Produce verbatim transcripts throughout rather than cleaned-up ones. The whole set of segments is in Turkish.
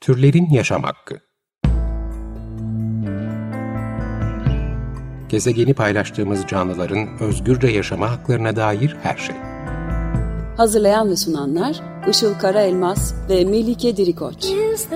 Türlerin yaşam hakkı. Gezegeni paylaştığımız canlıların özgürce yaşama haklarına dair her şey. Hazırlayan ve sunanlar Işıl Karaelmaz ve Melike Dirikoç.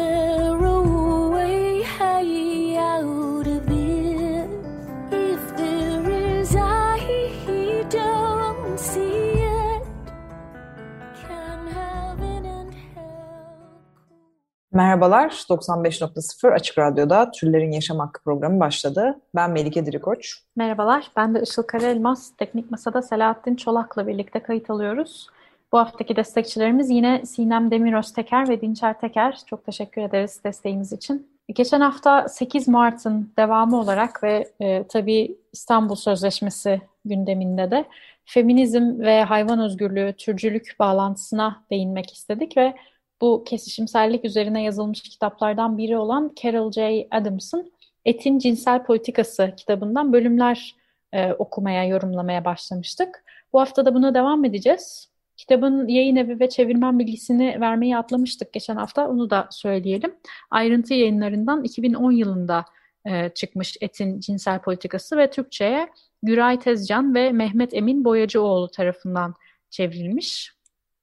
Merhabalar, doksan beş nokta sıfır Açık Radyo'da Türlerin Yaşam Hakkı programı başladı. Ben Melike Dirikoç. Merhabalar, ben de Işıl Karaelmaz. Teknik Masa'da Selahattin Çolak'la birlikte kayıt alıyoruz. Bu haftaki destekçilerimiz yine Sinem Demirözteker ve Dinçer Teker. Çok teşekkür ederiz desteğiniz için. Geçen hafta sekiz Mart'ın devamı olarak ve e, tabii İstanbul Sözleşmesi gündeminde de feminizm ve hayvan özgürlüğü, türcülük bağlantısına değinmek istedik ve bu kesişimsellik üzerine yazılmış kitaplardan biri olan Carol J. Adams'ın Etin Cinsel Politikası kitabından bölümler e, okumaya, yorumlamaya başlamıştık. Bu hafta da buna devam edeceğiz. Kitabın yayın evi ve çevirmen bilgisini vermeyi atlamıştık geçen hafta, onu da söyleyelim. Ayrıntı Yayınlarından iki bin on yılında e, çıkmış Etin Cinsel Politikası ve Türkçe'ye Güray Tezcan ve Mehmet Emin Boyacıoğlu tarafından çevrilmiş.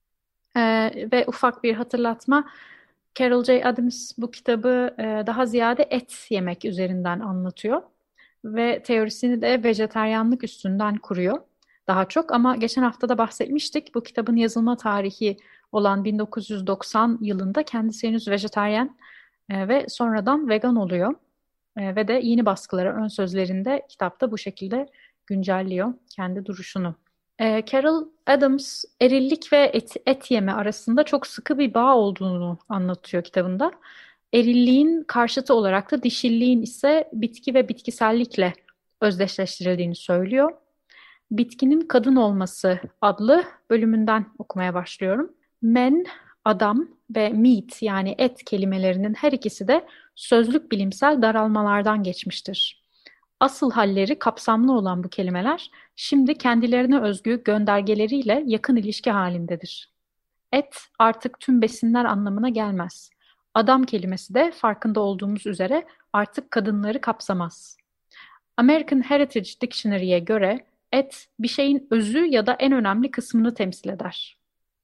Ee, ve ufak bir hatırlatma, Carol J. Adams bu kitabı e, daha ziyade et yemek üzerinden anlatıyor ve teorisini de vejetaryenlik üstünden kuruyor daha çok. Ama geçen hafta da bahsetmiştik, bu kitabın yazılma tarihi olan bin dokuz yüz doksan yılında kendisi henüz vejetaryen e, ve sonradan vegan oluyor e, ve de yeni baskılara ön sözlerinde kitapta bu şekilde güncelliyor kendi duruşunu. Carol Adams, erillik ve et, et yeme arasında çok sıkı bir bağ olduğunu anlatıyor kitabında. Erilliğin karşıtı olarak da dişilliğin ise bitki ve bitkisellikle özdeşleştirildiğini söylüyor. Bitkinin kadın olması adlı bölümünden okumaya başlıyorum. Men, adam ve meat yani et kelimelerinin her ikisi de sözlük bilimsel daralmalardan geçmiştir. Asıl halleri kapsamlı olan bu kelimeler şimdi kendilerine özgü göndergeleriyle yakın ilişki halindedir. Et artık tüm besinler anlamına gelmez. Adam kelimesi de farkında olduğumuz üzere artık kadınları kapsamaz. American Heritage Dictionary'e göre et bir şeyin özü ya da en önemli kısmını temsil eder.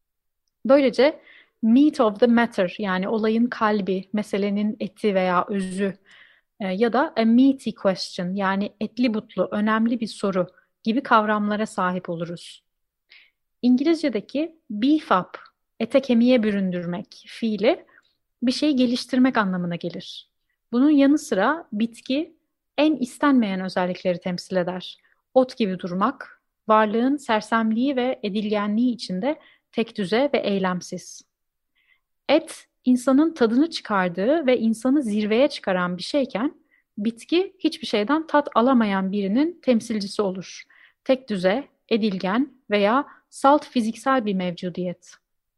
Böylece meat of the matter yani olayın kalbi, meselenin eti veya özü ya da a meaty question yani etli butlu, önemli bir soru gibi kavramlara sahip oluruz. İngilizce'deki beef up, ete kemiğe büründürmek fiili bir şeyi geliştirmek anlamına gelir. Bunun yanı sıra bitki en istenmeyen özellikleri temsil eder. Ot gibi durmak, varlığın sersemliği ve edilgenliği içinde tekdüze ve eylemsiz. Et, insanın tadını çıkardığı ve insanı zirveye çıkaran bir şeyken, bitki hiçbir şeyden tat alamayan birinin temsilcisi olur. Tekdüze, edilgen veya salt fiziksel bir mevcudiyet.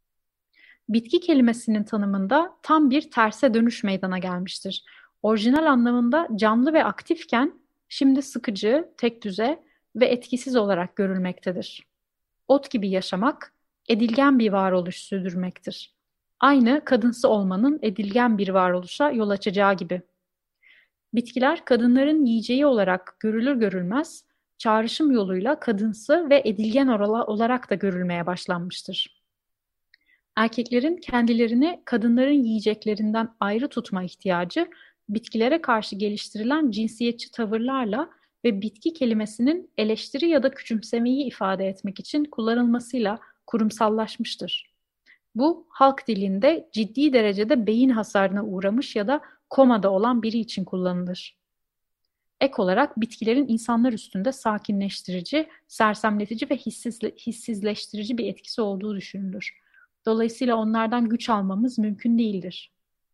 Bitki kelimesinin tanımında tam bir terse dönüş meydana gelmiştir. Orijinal anlamında canlı ve aktifken şimdi sıkıcı, tekdüze ve etkisiz olarak görülmektedir. Ot gibi yaşamak, edilgen bir varoluş sürdürmektir. Aynı kadınsı olmanın edilgen bir varoluşa yol açacağı gibi. Bitkiler kadınların yiyeceği olarak görülür görülmez, çağrışım yoluyla kadınsı ve edilgen olarak da görülmeye başlanmıştır. Erkeklerin kendilerini kadınların yiyeceklerinden ayrı tutma ihtiyacı, bitkilere karşı geliştirilen cinsiyetçi tavırlarla ve bitki kelimesinin eleştiri ya da küçümsemeyi ifade etmek için kullanılmasıyla kurumsallaşmıştır. Bu, halk dilinde ciddi derecede beyin hasarına uğramış ya da komada olan biri için kullanılır. Ek olarak bitkilerin insanlar üstünde sakinleştirici, sersemletici ve hissizle, hissizleştirici bir etkisi olduğu düşünülür. Dolayısıyla onlardan güç almamız mümkün değildir.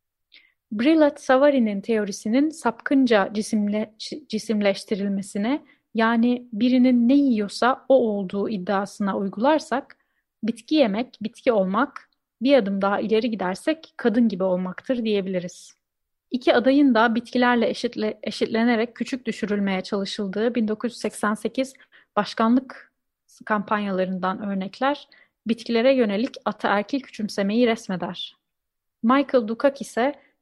Brillat Savary'nin teorisinin sapkınca cisimle, cisimleştirilmesine, yani birinin ne yiyorsa o olduğu iddiasına uygularsak, bitki yemek, bitki olmak, bir adım daha ileri gidersek kadın gibi olmaktır diyebiliriz. İki adayın da bitkilerle eşitle, eşitlenerek küçük düşürülmeye çalışıldığı bin dokuz yüz seksen sekiz başkanlık kampanyalarından örnekler, bitkilere yönelik ataerkil küçümsemeyi resmeder. Michael Dukakis ise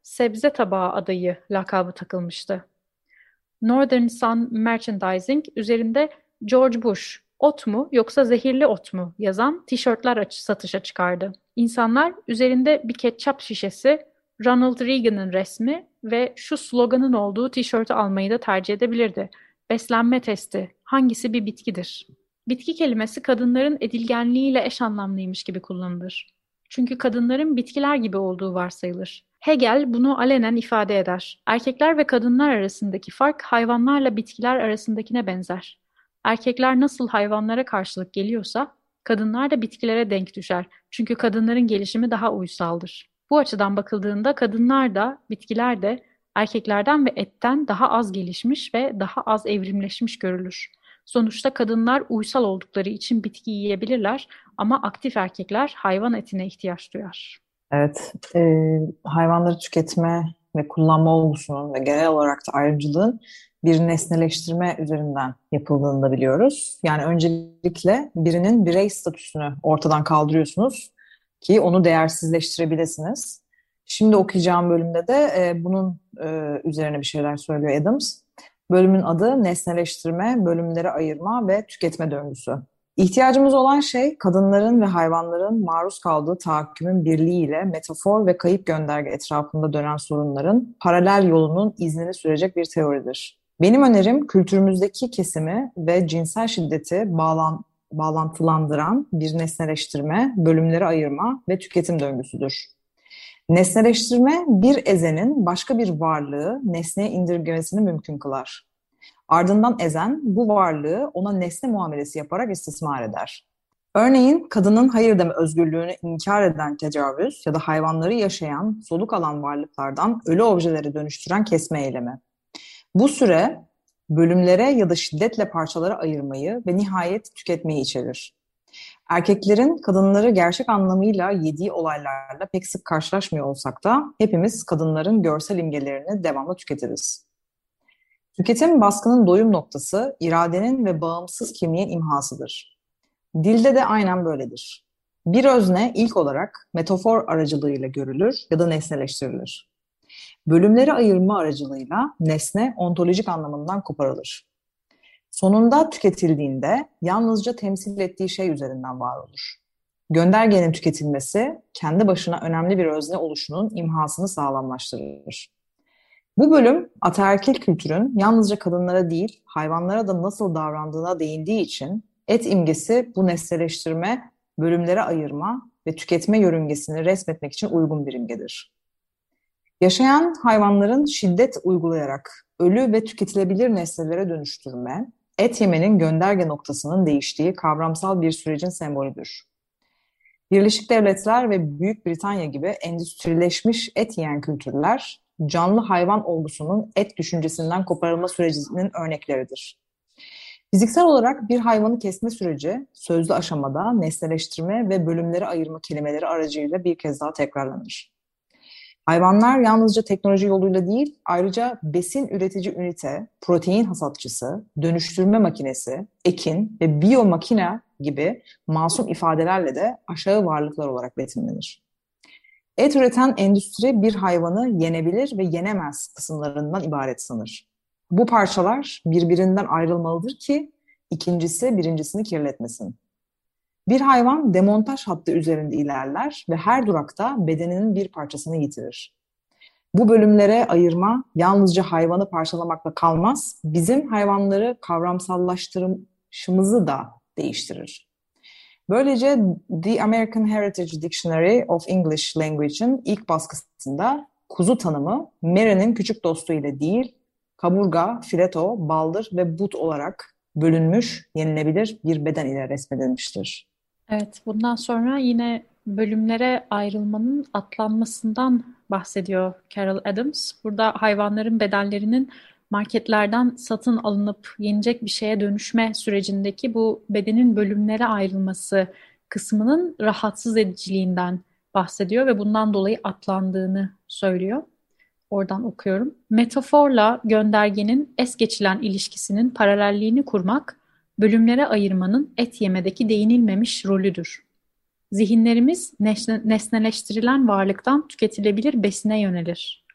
sebze tabağı adayı lakabı takılmıştı. Northern Sun Merchandising üzerinde George Bush, ot mu yoksa zehirli ot mu yazan tişörtler satışa çıkardı. İnsanlar üzerinde bir ketçap şişesi, Ronald Reagan'ın resmi ve şu sloganın olduğu tişörtü almayı da tercih edebilirdi. Beslenme testi, hangisi bir bitkidir? Bitki kelimesi kadınların edilgenliğiyle eş anlamlıymış gibi kullanılır. Çünkü kadınların bitkiler gibi olduğu varsayılır. Hegel bunu alenen ifade eder. Erkekler ve kadınlar arasındaki fark hayvanlarla bitkiler arasındakine benzer. Erkekler nasıl hayvanlara karşılık geliyorsa, kadınlar da bitkilere denk düşer. Çünkü kadınların gelişimi daha uysaldır. Bu açıdan bakıldığında kadınlar da, bitkiler de erkeklerden ve etten daha az gelişmiş ve daha az evrimleşmiş görülür. Sonuçta kadınlar uysal oldukları için bitki yiyebilirler ama aktif erkekler hayvan etine ihtiyaç duyar. Evet, e, hayvanları tüketme ve kullanma olgusunun ve genel olarak da ayrımcılığın bir nesneleştirme üzerinden yapıldığını da biliyoruz. Yani öncelikle birinin birey statüsünü ortadan kaldırıyorsunuz ki onu değersizleştirebilirsiniz. Şimdi okuyacağım bölümde de e, bunun e, üzerine bir şeyler söylüyor Adams. Bölümün adı nesneleştirme, bölümlere ayırma ve tüketme döngüsü. İhtiyacımız olan şey kadınların ve hayvanların maruz kaldığı tahakkümün birliğiyle metafor ve kayıp gönderge etrafında dönen sorunların paralel yolunun izini sürecek bir teoridir. Benim önerim kültürümüzdeki kesimi ve cinsel şiddeti bağlan, bağlantılandıran bir nesneleştirme, bölümlere ayırma ve tüketim döngüsüdür. Nesneleştirme bir ezenin başka bir varlığı nesneye indirgemesini mümkün kılar. Ardından ezen bu varlığı ona nesne muamelesi yaparak istismar eder. Örneğin kadının hayır deme özgürlüğünü inkar eden tecavüz ya da hayvanları yaşayan, soluk alan varlıklardan ölü objelere dönüştüren kesme eylemi. Bu süre bölümlere ya da şiddetle parçalara ayırmayı ve nihayet tüketmeyi içerir. Erkeklerin kadınları gerçek anlamıyla yediği olaylarla pek sık karşılaşmıyor olsak da hepimiz kadınların görsel imgelerini devamlı tüketiriz. Tüketim baskının doyum noktası, iradenin ve bağımsız kimliğin imhasıdır. Dilde de aynen böyledir. Bir özne ilk olarak metafor aracılığıyla görülür ya da nesneleştirilir. Bölümleri ayırma aracılığıyla nesne ontolojik anlamından koparılır. Sonunda tüketildiğinde yalnızca temsil ettiği şey üzerinden var olur. Göndergenin tüketilmesi kendi başına önemli bir özne oluşunun imhasını sağlamlaştırır. Bu bölüm ataerkil kültürün yalnızca kadınlara değil hayvanlara da nasıl davrandığına değindiği için et imgesi bu nesneleştirme, bölümlere ayırma ve tüketme yörüngesini resmetmek için uygun bir imgedir. Yaşayan hayvanların şiddet uygulayarak ölü ve tüketilebilir nesnelere dönüştürme, et yemenin gönderge noktasının değiştiği kavramsal bir sürecin sembolüdür. Birleşik Devletler ve Büyük Britanya gibi endüstrileşmiş et yiyen kültürler, canlı hayvan olgusunun et düşüncesinden koparılma sürecinin örnekleridir. Fiziksel olarak bir hayvanı kesme süreci, sözlü aşamada nesneleştirme ve bölümlere ayırma kelimeleri aracıyla bir kez daha tekrarlanır. Hayvanlar yalnızca teknoloji yoluyla değil, ayrıca besin üretici ünite, protein hasatçısı, dönüştürme makinesi, ekin ve biyomakine gibi masum ifadelerle de aşağı varlıklar olarak betimlenir. Et üreten endüstri bir hayvanı yenebilir ve yenemez kısımlarından ibaret sanır. Bu parçalar birbirinden ayrılmalıdır ki ikincisi birincisini kirletmesin. Bir hayvan demontaj hattı üzerinde ilerler ve her durakta bedeninin bir parçasını yitirir. Bu bölümlere ayırma yalnızca hayvanı parçalamakla kalmaz, bizim hayvanları kavramsallaştırışımızı da değiştirir. Böylece The American Heritage Dictionary of English Language'in ilk baskısında kuzu tanımı Mary'nin küçük dostu ile değil, kaburga, fileto, baldır ve but olarak bölünmüş, yenilebilir bir beden ile resmedilmiştir. Evet, bundan sonra yine bölümlere ayrılmanın atlanmasından bahsediyor Carol Adams. Burada hayvanların bedenlerinin marketlerden satın alınıp yenecek bir şeye dönüşme sürecindeki bu bedenin bölümlere ayrılması kısmının rahatsız ediciliğinden bahsediyor ve bundan dolayı atlandığını söylüyor. Oradan okuyorum. Metaforla göndergenin es geçilen ilişkisinin paralelliğini kurmak, bölümlere ayırmanın et yemedeki değinilmemiş rolüdür. Zihinlerimiz nesne, nesneleştirilen varlıktan tüketilebilir besine yönelir.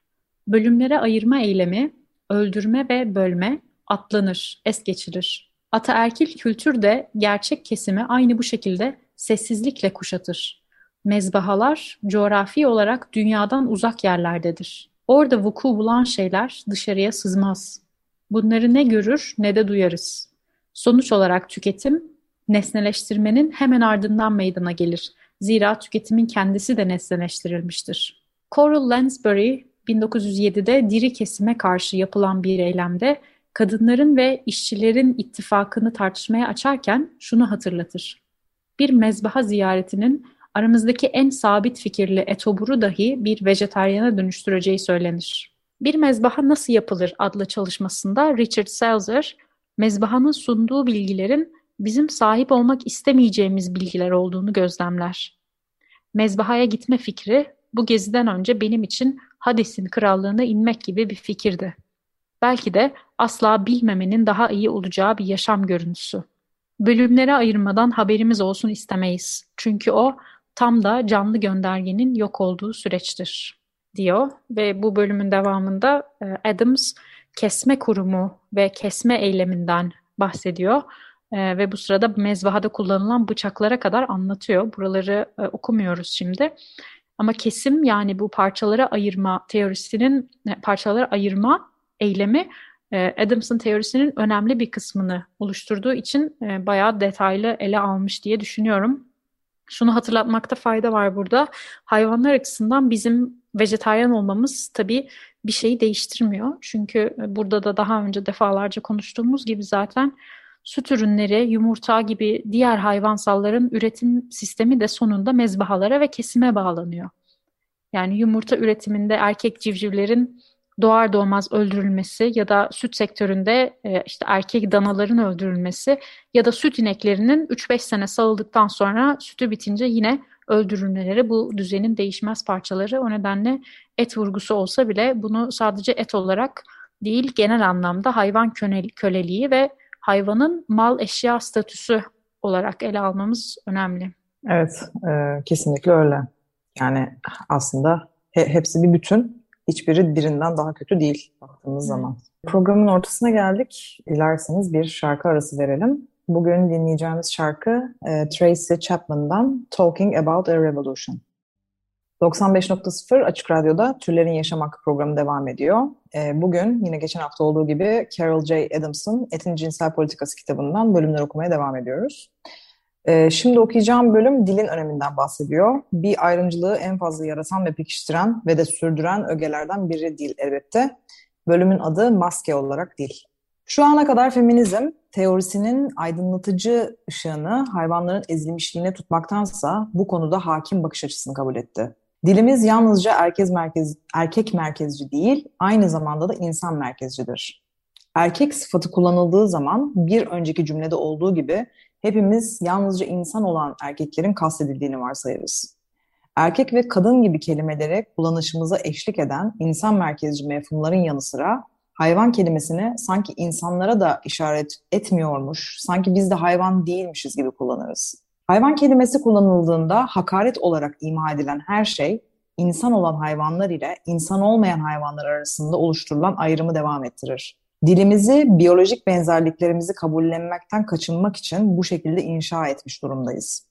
Bölümlere ayırma eylemi, öldürme ve bölme, atlanır, es geçilir. Ataerkil kültür de gerçek kesimi aynı bu şekilde sessizlikle kuşatır. Mezbahalar coğrafi olarak dünyadan uzak yerlerdedir. Orada vuku bulan şeyler dışarıya sızmaz. Bunları ne görür ne de duyarız. Sonuç olarak tüketim, nesneleştirmenin hemen ardından meydana gelir. Zira tüketimin kendisi de nesneleştirilmiştir. Coral Lansbury, bin dokuz yüz yedide diri kesime karşı yapılan bir eylemde kadınların ve işçilerin ittifakını tartışmaya açarken şunu hatırlatır. Bir mezbaha ziyaretinin aramızdaki en sabit fikirli etoburu dahi bir vejetaryana dönüştüreceği söylenir. Bir Mezbaha Nasıl Yapılır adlı çalışmasında Richard Selzer, mezbahanın sunduğu bilgilerin bizim sahip olmak istemeyeceğimiz bilgiler olduğunu gözlemler. Mezbahaya gitme fikri, bu geziden önce benim için Hades'in krallığına inmek gibi bir fikirdi. Belki de asla bilmemenin daha iyi olacağı bir yaşam görüntüsü. Bölümlere ayırmadan haberimiz olsun istemeyiz. Çünkü o tam da canlı göndergenin yok olduğu süreçtir, diyor. Ve bu bölümün devamında Adams kesme kurumu ve kesme eyleminden bahsediyor. Ee, ve bu sırada mezbahada kullanılan bıçaklara kadar anlatıyor. Buraları e, okumuyoruz şimdi. Ama kesim, yani bu parçalara ayırma teorisinin, parçalara ayırma eylemi e, Adams'ın teorisinin önemli bir kısmını oluşturduğu için e, bayağı detaylı ele almış diye düşünüyorum. Şunu hatırlatmakta fayda var burada. Hayvanlar açısından bizim vejetaryen olmamız tabii bir şeyi değiştirmiyor. Çünkü burada da daha önce defalarca konuştuğumuz gibi zaten süt ürünleri, yumurta gibi diğer hayvansalların üretim sistemi de sonunda mezbahalara ve kesime bağlanıyor. Yani yumurta üretiminde erkek civcivlerin doğar doğmaz öldürülmesi ya da süt sektöründe işte erkek danaların öldürülmesi ya da süt ineklerinin üç beş sene sağıldıktan sonra sütü bitince yine öldürülmeleri bu düzenin değişmez parçaları. O nedenle et vurgusu olsa bile bunu sadece et olarak değil, genel anlamda hayvan köleliği ve hayvanın mal eşya statüsü olarak ele almamız önemli. Evet, e, kesinlikle öyle. Yani aslında he, hepsi bir bütün. Hiçbiri birinden daha kötü değil baktığımız zaman. Hmm. Programın ortasına geldik. Dilerseniz bir şarkı arası verelim. Bugün dinleyeceğimiz şarkı e, Tracy Chapman'dan Talking About a Revolution. doksan beş nokta sıfır Açık Radyo'da Türlerin Yaşam Hakkı programı devam ediyor. E, bugün yine geçen hafta olduğu gibi Carol J. Adams'ın Etin Cinsel Politikası kitabından bölümler okumaya devam ediyoruz. Ee, şimdi okuyacağım bölüm dilin öneminden bahsediyor. Bir ayrımcılığı en fazla yaratan ve pekiştiren ve de sürdüren ögelerden biri dil elbette. Bölümün adı Maske olarak Dil. Şu ana kadar feminizm, teorisinin aydınlatıcı ışığını hayvanların ezilmişliğine tutmaktansa bu konuda hakim bakış açısını kabul etti. Dilimiz yalnızca erkek merkez, erkek merkezci değil, aynı zamanda da insan merkezcidir. Erkek sıfatı kullanıldığı zaman bir önceki cümlede olduğu gibi hepimiz yalnızca insan olan erkeklerin kastedildiğini varsayarız. Erkek ve kadın gibi kelimeleri kullanışımıza eşlik eden insan merkezci mefhumların yanı sıra hayvan kelimesini sanki insanlara da işaret etmiyormuş, sanki biz de hayvan değilmişiz gibi kullanırız. Hayvan kelimesi kullanıldığında hakaret olarak ima edilen her şey, insan olan hayvanlar ile insan olmayan hayvanlar arasında oluşturulan ayrımı devam ettirir. Dilimizi, biyolojik benzerliklerimizi kabullenmekten kaçınmak için bu şekilde inşa etmiş durumdayız.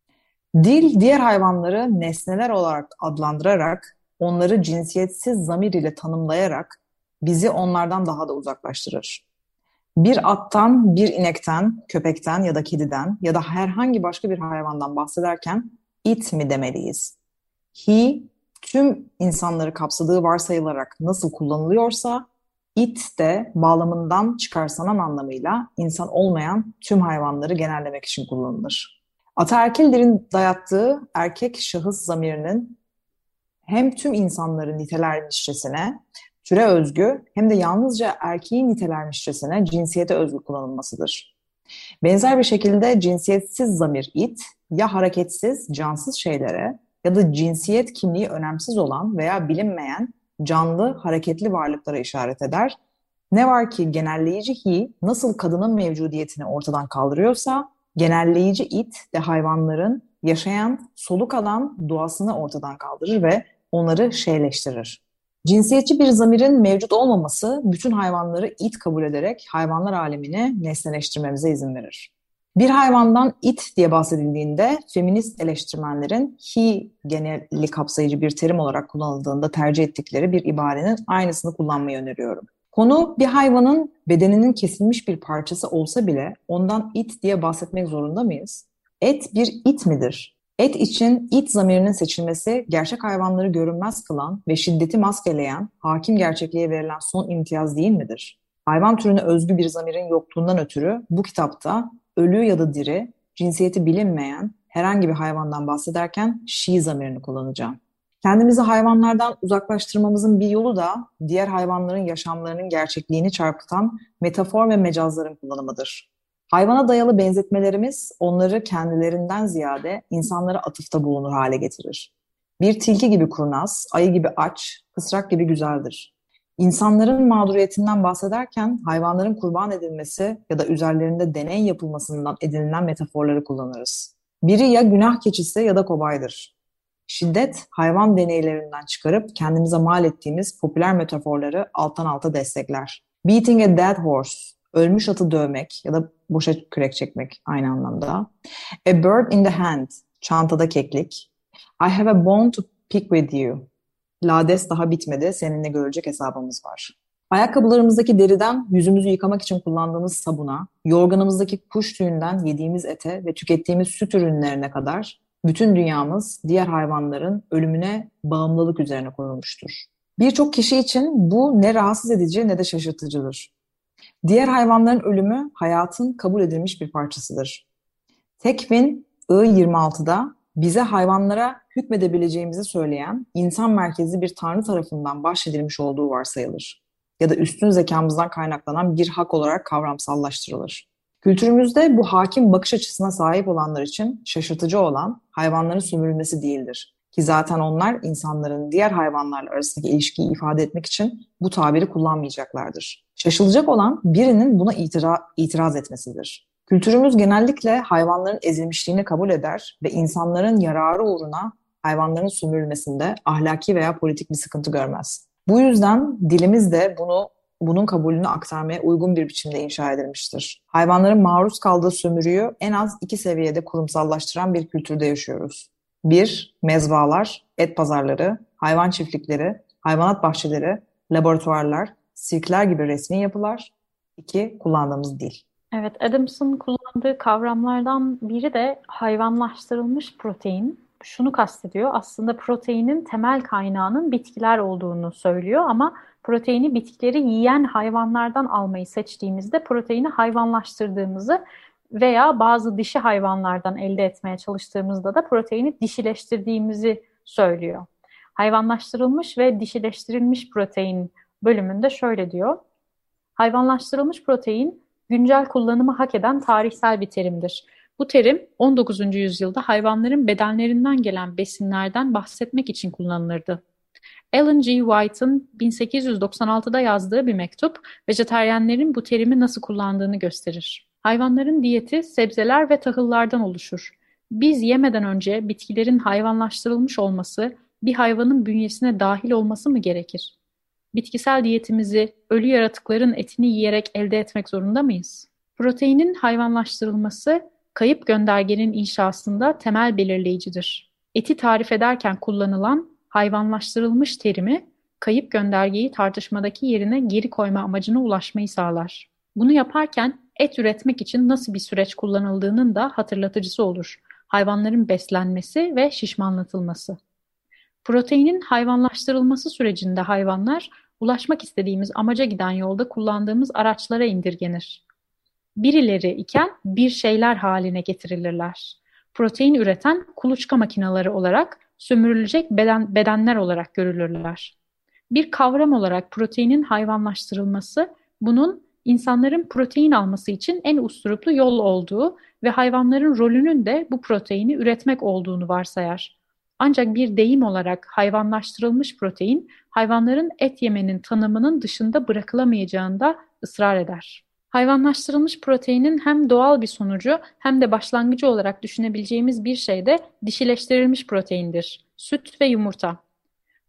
Dil, diğer hayvanları nesneler olarak adlandırarak, onları cinsiyetsiz zamir ile tanımlayarak bizi onlardan daha da uzaklaştırır. Bir attan, bir inekten, köpekten ya da kediden ya da herhangi başka bir hayvandan bahsederken it mi demeliyiz? He, tüm insanları kapsadığı varsayılarak nasıl kullanılıyorsa, it de bağlamından çıkarsanan anlamıyla insan olmayan tüm hayvanları genellemek için kullanılır. Ataerkil dilin dayattığı erkek şahıs zamirinin hem tüm insanları nitelermişçesine, türe özgü hem de yalnızca erkeği nitelermişçesine cinsiyete özgü kullanılmasıdır. Benzer bir şekilde cinsiyetsiz zamir it, ya hareketsiz, cansız şeylere ya da cinsiyet kimliği önemsiz olan veya bilinmeyen canlı, hareketli varlıklara işaret eder. Ne var ki genelleyici he nasıl kadının mevcudiyetini ortadan kaldırıyorsa, genelleyici it de hayvanların yaşayan, soluk alan doğasını ortadan kaldırır ve onları şeyleştirir. Cinsiyetçi bir zamirin mevcut olmaması bütün hayvanları it kabul ederek hayvanlar alemini nesneleştirmemize izin verir. Bir hayvandan it diye bahsedildiğinde feminist eleştirmenlerin he genelli kapsayıcı bir terim olarak kullanıldığında tercih ettikleri bir ibarenin aynısını kullanmayı öneriyorum. Konu bir hayvanın bedeninin kesilmiş bir parçası olsa bile ondan it diye bahsetmek zorunda mıyız? Et bir it midir? Et için it zamirinin seçilmesi gerçek hayvanları görünmez kılan ve şiddeti maskeleyen hakim gerçekliğe verilen son imtiyaz değil midir? Hayvan türüne özgü bir zamirin yokluğundan ötürü bu kitapta ölü ya da diri, cinsiyeti bilinmeyen herhangi bir hayvandan bahsederken she zamirini kullanacağım. Kendimizi hayvanlardan uzaklaştırmamızın bir yolu da diğer hayvanların yaşamlarının gerçekliğini çarpıtan metafor ve mecazların kullanımıdır. Hayvana dayalı benzetmelerimiz onları kendilerinden ziyade insanlara atıfta bulunur hale getirir. Bir tilki gibi kurnaz, ayı gibi aç, kısrak gibi güzeldir. İnsanların mağduriyetinden bahsederken hayvanların kurban edilmesi ya da üzerlerinde deney yapılmasından edinilen metaforları kullanırız. Biri ya günah keçisi ya da kobaydır. Şiddet, hayvan deneylerinden çıkarıp kendimize mal ettiğimiz popüler metaforları alttan alta destekler. Beating a dead horse, ölmüş atı dövmek ya da boşa kürek çekmek aynı anlamda. A bird in the hand, çantada keklik. I have a bone to pick with you. Lades daha bitmedi, seninle görecek hesabımız var. Ayakkabılarımızdaki deriden yüzümüzü yıkamak için kullandığımız sabuna, yorganımızdaki kuş tüyünden yediğimiz ete ve tükettiğimiz süt ürünlerine kadar bütün dünyamız diğer hayvanların ölümüne bağımlılık üzerine kurulmuştur. Birçok kişi için bu ne rahatsız edici ne de şaşırtıcıdır. Diğer hayvanların ölümü hayatın kabul edilmiş bir parçasıdır. Tekvin I yirmi altıda bize hayvanlara hükmedebileceğimizi söyleyen insan merkezli bir tanrı tarafından bahşedilmiş olduğu varsayılır. Ya da üstün zekamızdan kaynaklanan bir hak olarak kavramsallaştırılır. Kültürümüzde bu hakim bakış açısına sahip olanlar için şaşırtıcı olan hayvanların sömürülmesi değildir. Ki zaten onlar insanların diğer hayvanlarla arasındaki ilişkiyi ifade etmek için bu tabiri kullanmayacaklardır. Şaşılacak olan birinin buna itira- itiraz etmesidir. Kültürümüz genellikle hayvanların ezilmişliğini kabul eder ve insanların yararı uğruna hayvanların sömürülmesinde ahlaki veya politik bir sıkıntı görmez. Bu yüzden dilimiz de bunu bunun kabulünü aktarmaya uygun bir biçimde inşa edilmiştir. Hayvanların maruz kaldığı sömürüyü en az iki seviyede kurumsallaştıran bir kültürde yaşıyoruz. Bir, mezbalar, et pazarları, hayvan çiftlikleri, hayvanat bahçeleri, laboratuvarlar, sirkler gibi resmi yapılar. İki, kullandığımız dil. Evet, Adams'ın kullandığı kavramlardan biri de hayvanlaştırılmış protein. Şunu kastediyor, aslında proteinin temel kaynağının bitkiler olduğunu söylüyor ama proteini bitkileri yiyen hayvanlardan almayı seçtiğimizde proteini hayvanlaştırdığımızı veya bazı dişi hayvanlardan elde etmeye çalıştığımızda da proteini dişileştirdiğimizi söylüyor. Hayvanlaştırılmış ve dişileştirilmiş protein bölümünde şöyle diyor. Hayvanlaştırılmış protein güncel kullanımı hak eden tarihsel bir terimdir. Bu terim on dokuzuncu yüzyılda hayvanların bedenlerinden gelen besinlerden bahsetmek için kullanılırdı. Ellen G. White'ın bin sekiz yüz doksan altıda yazdığı bir mektup, vejetaryenlerin bu terimi nasıl kullandığını gösterir. Hayvanların diyeti sebzeler ve tahıllardan oluşur. Biz yemeden önce bitkilerin hayvanlaştırılmış olması, bir hayvanın bünyesine dahil olması mı gerekir? Bitkisel diyetimizi ölü yaratıkların etini yiyerek elde etmek zorunda mıyız? Proteinin hayvanlaştırılması, kayıp göndergenin inşasında temel belirleyicidir. Eti tarif ederken kullanılan hayvanlaştırılmış terimi, kayıp göndergeyi tartışmadaki yerine geri koyma amacına ulaşmayı sağlar. Bunu yaparken et üretmek için nasıl bir süreç kullanıldığının da hatırlatıcısı olur. Hayvanların beslenmesi ve şişmanlatılması. Proteinin hayvanlaştırılması sürecinde hayvanlar, ulaşmak istediğimiz amaca giden yolda kullandığımız araçlara indirgenir. Birileri iken bir şeyler haline getirilirler. Protein üreten kuluçka makineleri olarak, sömürülecek beden, bedenler olarak görülürler. Bir kavram olarak proteinin hayvanlaştırılması, bunun insanların protein alması için en usturuplu yol olduğu ve hayvanların rolünün de bu proteini üretmek olduğunu varsayar. Ancak bir deyim olarak hayvanlaştırılmış protein, hayvanların et yemenin tanımının dışında bırakılamayacağında ısrar eder. Hayvanlaştırılmış proteinin hem doğal bir sonucu hem de başlangıcı olarak düşünebileceğimiz bir şey de dişileştirilmiş proteindir. Süt ve yumurta.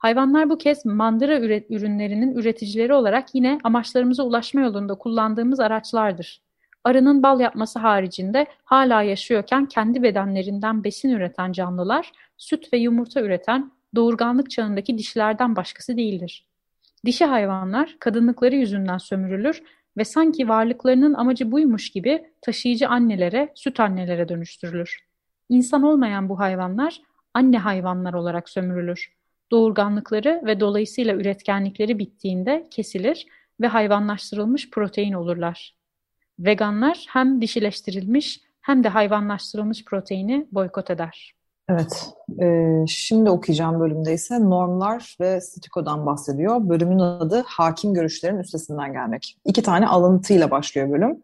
Hayvanlar bu kez mandıra ürünlerinin üreticileri olarak yine amaçlarımıza ulaşma yolunda kullandığımız araçlardır. Arının bal yapması haricinde hala yaşıyorken kendi bedenlerinden besin üreten canlılar, süt ve yumurta üreten doğurganlık çağındaki dişilerden başkası değildir. Dişi hayvanlar kadınlıkları yüzünden sömürülür ve sanki varlıklarının amacı buymuş gibi taşıyıcı annelere, süt annelere dönüştürülür. İnsan olmayan bu hayvanlar anne hayvanlar olarak sömürülür. Doğurganlıkları ve dolayısıyla üretkenlikleri bittiğinde kesilir ve hayvanlaştırılmış protein olurlar. Veganlar hem dişileştirilmiş hem de hayvanlaştırılmış proteini boykot eder. Evet, e, şimdi okuyacağım bölümde ise normlar ve statikodan bahsediyor. Bölümün adı hakim görüşlerin üstesinden gelmek. İki tane alıntıyla başlıyor bölüm.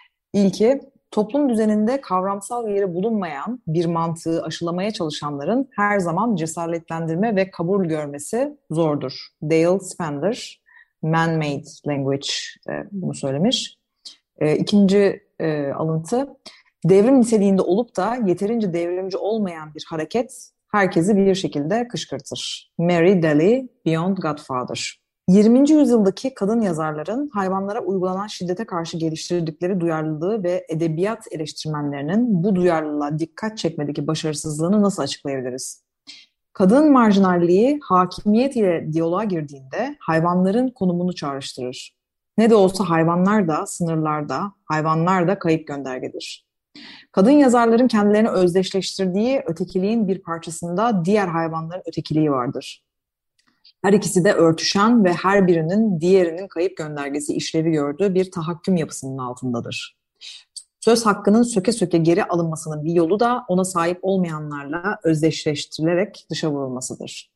İlki, toplum düzeninde kavramsal yeri bulunmayan bir mantığı aşılamaya çalışanların her zaman cesaretlendirme ve kabul görmesi zordur. Dale Spender, Man-Made Language e, bunu söylemiş. E, ikinci e, alıntı, devrim niteliğinde olup da yeterince devrimci olmayan bir hareket herkesi bir şekilde kışkırtır. Mary Daly, Beyond Godfather. yirminci yüzyıldaki kadın yazarların hayvanlara uygulanan şiddete karşı geliştirdikleri duyarlılığı ve edebiyat eleştirmenlerinin bu duyarlılığa dikkat çekmedeki başarısızlığını nasıl açıklayabiliriz? Kadın marjinalliği hakimiyet ile diyaloğa girdiğinde hayvanların konumunu çağrıştırır. Ne de olsa hayvanlar da sınırlarda, hayvanlar da kayıp göndergedir. Kadın yazarların kendilerini özdeşleştirdiği ötekiliğin bir parçasında diğer hayvanların ötekiliği vardır. Her ikisi de örtüşen ve her birinin diğerinin kayıp göndergesi işlevi gördüğü bir tahakküm yapısının altındadır. Söz hakkının söke söke geri alınmasının bir yolu da ona sahip olmayanlarla özdeşleştirilerek dışa vurulmasıdır.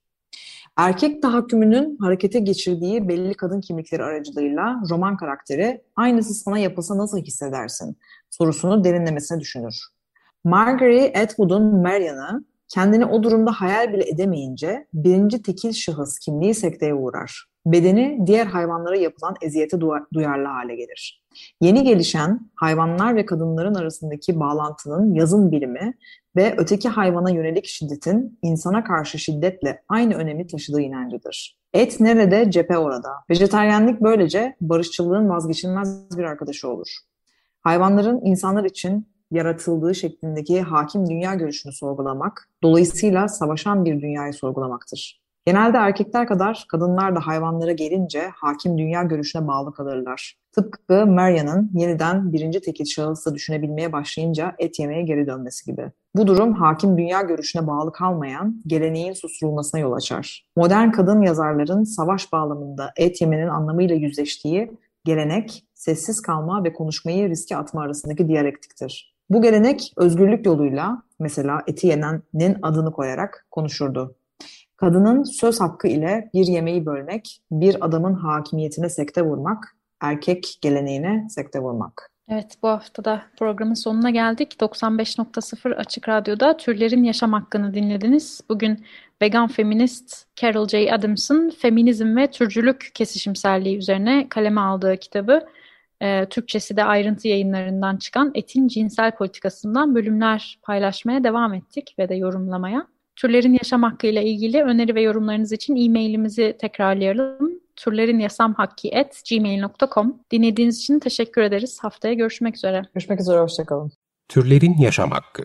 Erkek tahakkümünün harekete geçirdiği belli kadın kimlikleri aracılığıyla roman karakteri aynısı sana yapılsa nasıl hissedersin sorusunu derinlemesine düşünür. Margaret Atwood'un Marian'ı kendini o durumda hayal bile edemeyince birinci tekil şahıs kimliği sekteye uğrar. Bedeni diğer hayvanlara yapılan eziyete duyarlı hale gelir. Yeni gelişen hayvanlar ve kadınların arasındaki bağlantının yazım bilimi ve öteki hayvana yönelik şiddetin insana karşı şiddetle aynı önemi taşıdığı inancıdır. Et nerede, cephe orada. Vejetaryenlik böylece barışçılığın vazgeçilmez bir arkadaşı olur. Hayvanların insanlar için yaratıldığı şeklindeki hakim dünya görüşünü sorgulamak, dolayısıyla savaşan bir dünyayı sorgulamaktır. Genelde erkekler kadar kadınlar da hayvanlara gelince hakim dünya görüşüne bağlı kalırlar. Tıpkı Marian'ın yeniden birinci tekil şahısla düşünebilmeye başlayınca et yemeye geri dönmesi gibi. Bu durum hakim dünya görüşüne bağlı kalmayan geleneğin susturulmasına yol açar. Modern kadın yazarların savaş bağlamında et yemenin anlamıyla yüzleştiği gelenek, sessiz kalma ve konuşmayı riske atma arasındaki diyalektiktir. Bu gelenek özgürlük yoluyla, mesela eti yenenin adını koyarak konuşurdu. Kadının söz hakkı ile bir yemeği bölmek, bir adamın hakimiyetine sekte vurmak, erkek geleneğine sekte vurmak. Evet, bu hafta da programın sonuna geldik. doksan beş nokta sıfır Açık Radyo'da Türlerin Yaşam Hakkını dinlediniz. Bugün vegan feminist Carol J. Adams'ın Feminizm ve Türcülük Kesişimselliği üzerine kaleme aldığı kitabı, e, Türkçesi de Ayrıntı Yayınlarından çıkan Etin Cinsel Politikasından bölümler paylaşmaya devam ettik ve de yorumlamaya. Türlerin Yaşam Hakkı ile ilgili öneri ve yorumlarınız için e-mailimizi tekrarlayalım. türlerinyasamhakki at gmail nokta com. Dinlediğiniz için teşekkür ederiz. Haftaya görüşmek üzere. Görüşmek üzere, hoşçakalın. Türlerin Yaşam Hakkı.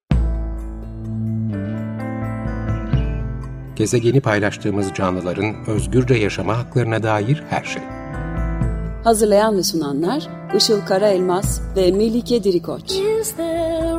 Gezegeni paylaştığımız canlıların özgürce yaşama haklarına dair her şey. Hazırlayan ve sunanlar Işıl Karaelmaz ve Melike Dirikoç. Is there